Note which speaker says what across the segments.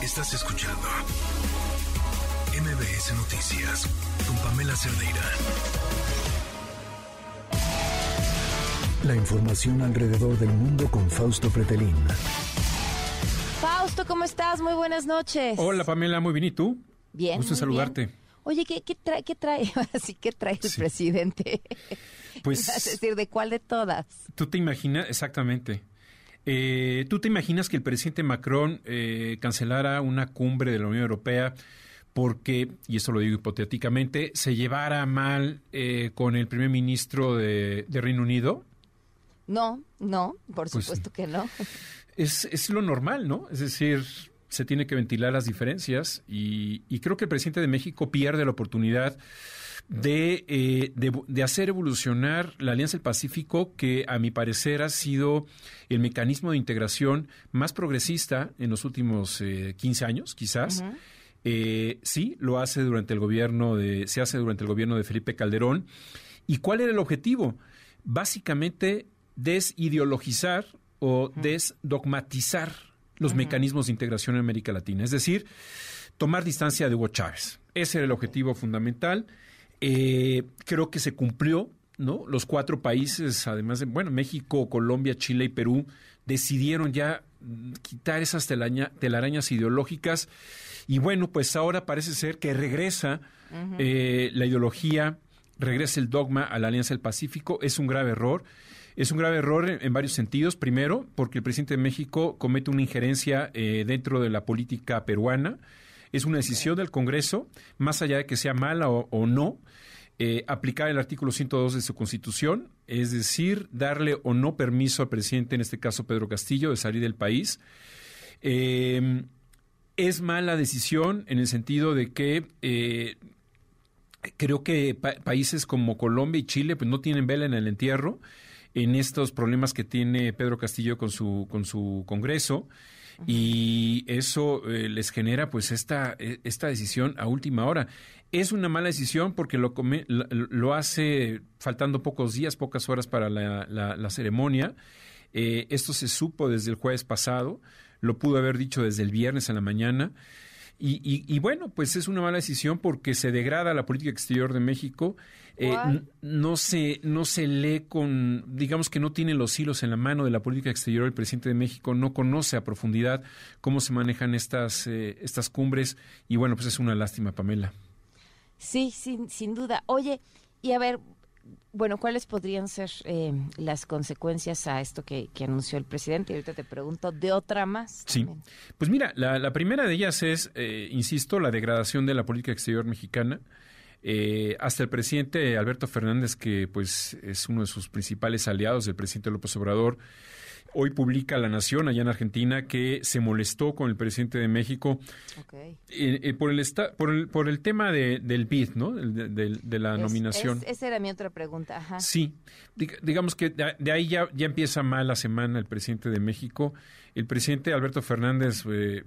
Speaker 1: Estás escuchando MBS Noticias con Pamela Cerdeira. La información alrededor del mundo con Fausto Pretelín.
Speaker 2: Fausto, ¿cómo estás? Muy buenas noches.
Speaker 3: Hola, Pamela, muy bien. ¿Y tú?
Speaker 2: Bien.
Speaker 3: Gusto saludarte.
Speaker 2: Bien. Oye, ¿qué trae? Así que trae el presidente.
Speaker 3: Pues,
Speaker 2: es decir, ¿de cuál de todas?
Speaker 3: Tú te imaginas, exactamente. ¿Tú te imaginas que el presidente Macron cancelara una cumbre de la Unión Europea porque, y eso lo digo hipotéticamente, se llevara mal con el primer ministro de Reino Unido?
Speaker 2: No, por supuesto que no.
Speaker 3: Es lo normal, ¿no? Es decir, se tiene que ventilar las diferencias y creo que el presidente de México pierde la oportunidad de hacer evolucionar la Alianza del Pacífico, que a mi parecer ha sido el mecanismo de integración más progresista en los últimos 15 años, quizás. Uh-huh. Sí, lo hace durante el gobierno se hace durante el gobierno de Felipe Calderón. ¿Y cuál era el objetivo? Básicamente desideologizar o desdogmatizar los mecanismos de integración en América Latina, es decir, tomar distancia de Hugo Chávez. Ese era el objetivo fundamental. Creo que se cumplió, ¿no? Los 4 países, además de, México, Colombia, Chile y Perú, decidieron ya quitar esas telarañas ideológicas y pues ahora parece ser que regresa la ideología, regresa el dogma a la Alianza del Pacífico. Es un grave error. Es un grave error en varios sentidos. Primero, porque el presidente de México comete una injerencia dentro de la política peruana. Es una decisión del Congreso, más allá de que sea mala o no, aplicar el artículo 102 de su Constitución, es decir, darle o no permiso al presidente, en este caso Pedro Castillo, de salir del país. Es mala decisión en el sentido de que creo que países como Colombia y Chile pues no tienen vela en el entierro en estos problemas que tiene Pedro Castillo con su Congreso. Y eso les genera pues esta decisión a última hora. Es una mala decisión porque lo hace faltando pocos días, pocas horas para la ceremonia. Esto se supo desde el jueves pasado, lo pudo haber dicho desde el viernes en la mañana. Y pues es una mala decisión porque se degrada la política exterior de México. No se lee digamos que no tiene los hilos en la mano de la política exterior. El presidente de México no conoce a profundidad cómo se manejan estas cumbres y pues es una lástima, Pamela.
Speaker 2: Sí, sin duda. Oye, y a ver, ¿cuáles podrían ser las consecuencias a esto que anunció el presidente? Y ahorita te pregunto de otra más.
Speaker 3: Sí, también. Pues mira, la primera de ellas es, insisto, la degradación de la política exterior mexicana. Hasta el presidente Alberto Fernández, que pues es uno de sus principales aliados del presidente López Obrador, hoy publica La Nación, allá en Argentina, que se molestó con el presidente de México por el tema del BID, ¿no? De la nominación.
Speaker 2: Esa era mi otra pregunta. Ajá.
Speaker 3: Sí, digamos que de ahí ya empieza mal la semana el presidente de México. El presidente Alberto Fernández, de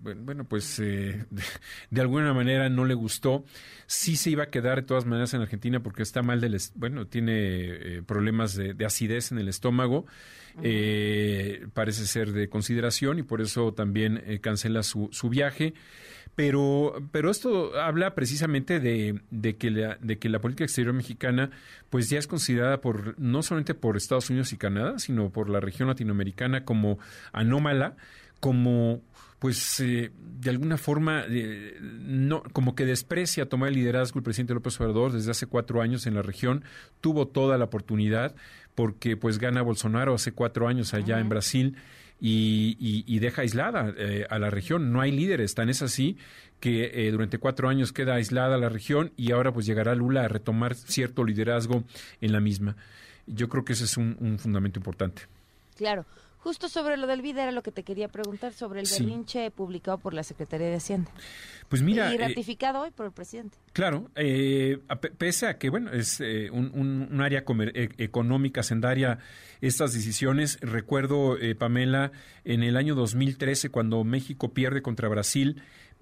Speaker 3: alguna manera no le gustó. Sí se iba a quedar de todas maneras en Argentina porque está mal tiene problemas de acidez en el estómago. Parece ser de consideración y por eso también cancela su viaje. Pero esto habla precisamente de que la política exterior mexicana pues ya es considerada no solamente por Estados Unidos y Canadá, sino por la región latinoamericana como anómala, como de alguna forma no, como que desprecia tomar el liderazgo el presidente López Obrador desde hace 4 años en la región. Tuvo toda la oportunidad porque pues gana Bolsonaro hace 4 años allá en Brasil y deja aislada a la región. No hay líderes, tan es así que durante 4 años queda aislada la región y ahora pues llegará Lula a retomar cierto liderazgo en la misma. Yo creo que ese es un fundamento importante.
Speaker 2: Claro. Justo sobre lo del BID era lo que te quería preguntar, sobre el berrinche publicado por la Secretaría de Hacienda.
Speaker 3: Pues mira,
Speaker 2: y ratificado hoy por el presidente.
Speaker 3: Claro, pese a que es un área económica, hacendaria, estas decisiones. Recuerdo, Pamela, en el año 2013, cuando México pierde contra Brasil,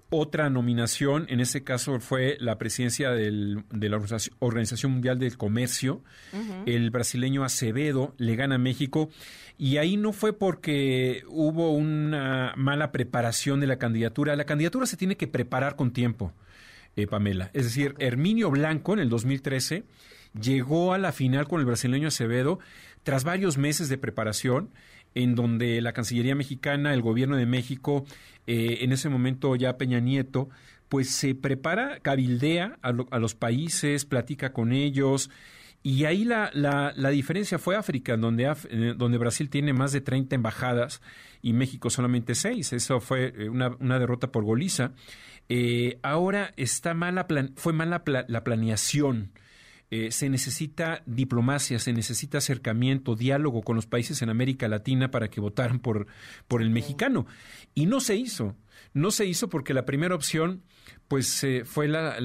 Speaker 3: otra nominación, en este caso fue la presidencia de la Organización Mundial del Comercio. El brasileño Acevedo le gana a México, y ahí no fue porque hubo una mala preparación de la candidatura. La candidatura se tiene que preparar con tiempo, Pamela. Es decir, Herminio Blanco en el 2013 llegó a la final con el brasileño Acevedo tras varios meses de preparación, en donde la Cancillería mexicana, el gobierno de México, en ese momento ya Peña Nieto, pues se prepara, cabildea a los países, platica con ellos, y ahí la diferencia fue África, donde Brasil tiene más de 30 embajadas y México solamente 6. Eso fue una derrota por goliza. Ahora fue mala la planeación. Se necesita diplomacia, se necesita acercamiento, diálogo con los países en América Latina para que votaran por el mexicano. Y no se hizo. No se hizo porque la primera opción pues fue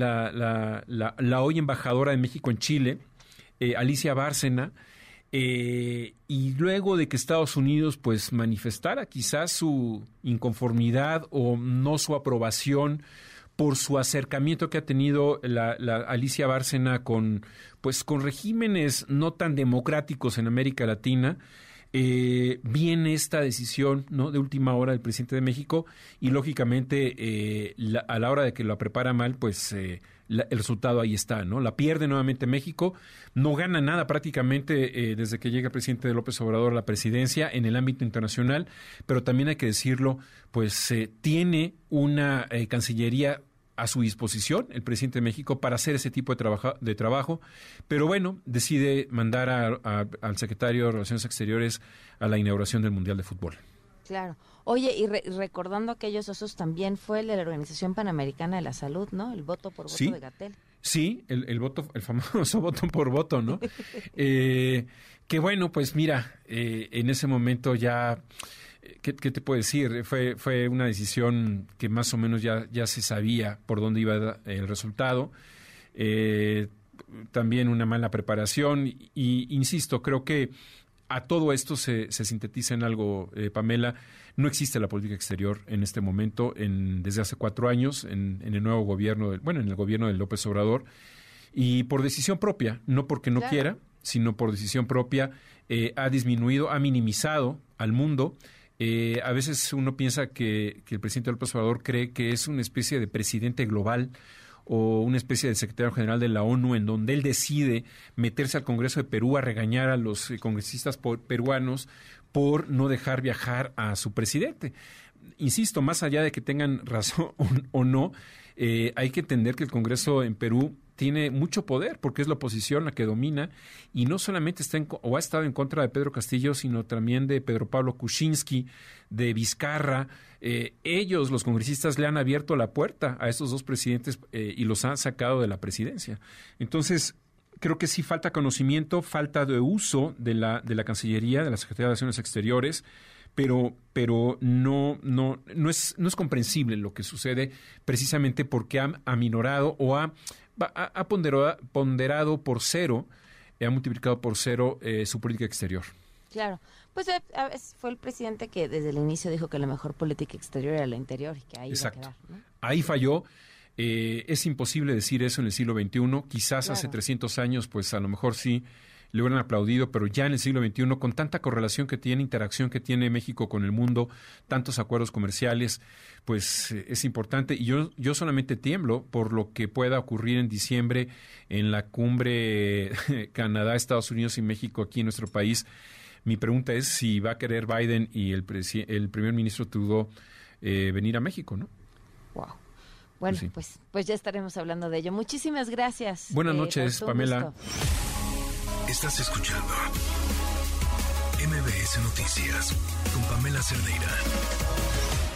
Speaker 3: la hoy embajadora de México en Chile, Alicia Bárcena, y luego de que Estados Unidos pues manifestara quizás su inconformidad o no su aprobación por su acercamiento que ha tenido la Alicia Bárcena con regímenes no tan democráticos en América Latina, viene esta decisión, ¿no?, de última hora del presidente de México, y lógicamente a la hora de que lo prepara mal, pues el resultado ahí está, ¿no? La pierde nuevamente México, no gana nada prácticamente desde que llega el presidente López Obrador a la presidencia en el ámbito internacional, pero también hay que decirlo, pues tiene una Cancillería a su disposición, el presidente de México, para hacer ese tipo de trabajo, pero bueno, decide mandar al secretario de Relaciones Exteriores a la inauguración del Mundial de Fútbol.
Speaker 2: Claro. Oye, y recordando aquellos osos, también fue el de la Organización Panamericana de la Salud, ¿no? El voto por voto de Gatell. Sí,
Speaker 3: el famoso voto por voto, ¿no? Que bueno, pues mira, en ese momento ya... ¿Qué te puedo decir? Fue una decisión que más o menos ya se sabía por dónde iba el resultado. También una mala preparación. Y insisto, creo que a todo esto se sintetiza en algo, Pamela. No existe la política exterior en este momento, desde hace 4 años, en el nuevo gobierno, en el gobierno de López Obrador. Y por decisión propia, no porque no quiera, sino por decisión propia, ha disminuido, ha minimizado al mundo. A veces uno piensa que el presidente López Obrador cree que es una especie de presidente global o una especie de secretario general de la ONU, en donde él decide meterse al Congreso de Perú a regañar a los congresistas peruanos por no dejar viajar a su presidente. Insisto, más allá de que tengan razón o no, hay que entender que el Congreso en Perú tiene mucho poder, porque es la oposición la que domina, y no solamente ha estado en contra de Pedro Castillo, sino también de Pedro Pablo Kuczynski, de Vizcarra. Ellos, los congresistas, le han abierto la puerta a estos dos presidentes y los han sacado de la presidencia. Entonces, creo que sí falta conocimiento, falta de uso de la Cancillería, de la Secretaría de Relaciones Exteriores, pero no es comprensible lo que sucede, precisamente porque ha aminorado o ha ponderado por cero, ha multiplicado por cero su política exterior.
Speaker 2: Claro, pues a veces fue el presidente que desde el inicio dijo que la mejor política exterior era la interior y que ahí iba a quedar, ¿no? Ahí
Speaker 3: falló. Es imposible decir eso en el siglo XXI. Quizás hace 300 años, pues a lo mejor sí le hubieran aplaudido, pero ya en el siglo XXI, con tanta correlación que tiene, interacción que tiene México con el mundo, tantos acuerdos comerciales, pues es importante. Y yo solamente tiemblo por lo que pueda ocurrir en diciembre en la cumbre Canadá, Estados Unidos y México aquí en nuestro país. Mi pregunta es si va a querer Biden y el primer ministro Trudeau venir a México, ¿no?
Speaker 2: Wow. Bueno, pues ya estaremos hablando de ello. Muchísimas gracias.
Speaker 3: Buenas noches, Pamela.
Speaker 1: Estás escuchando MBS Noticias con Pamela Cerdeira.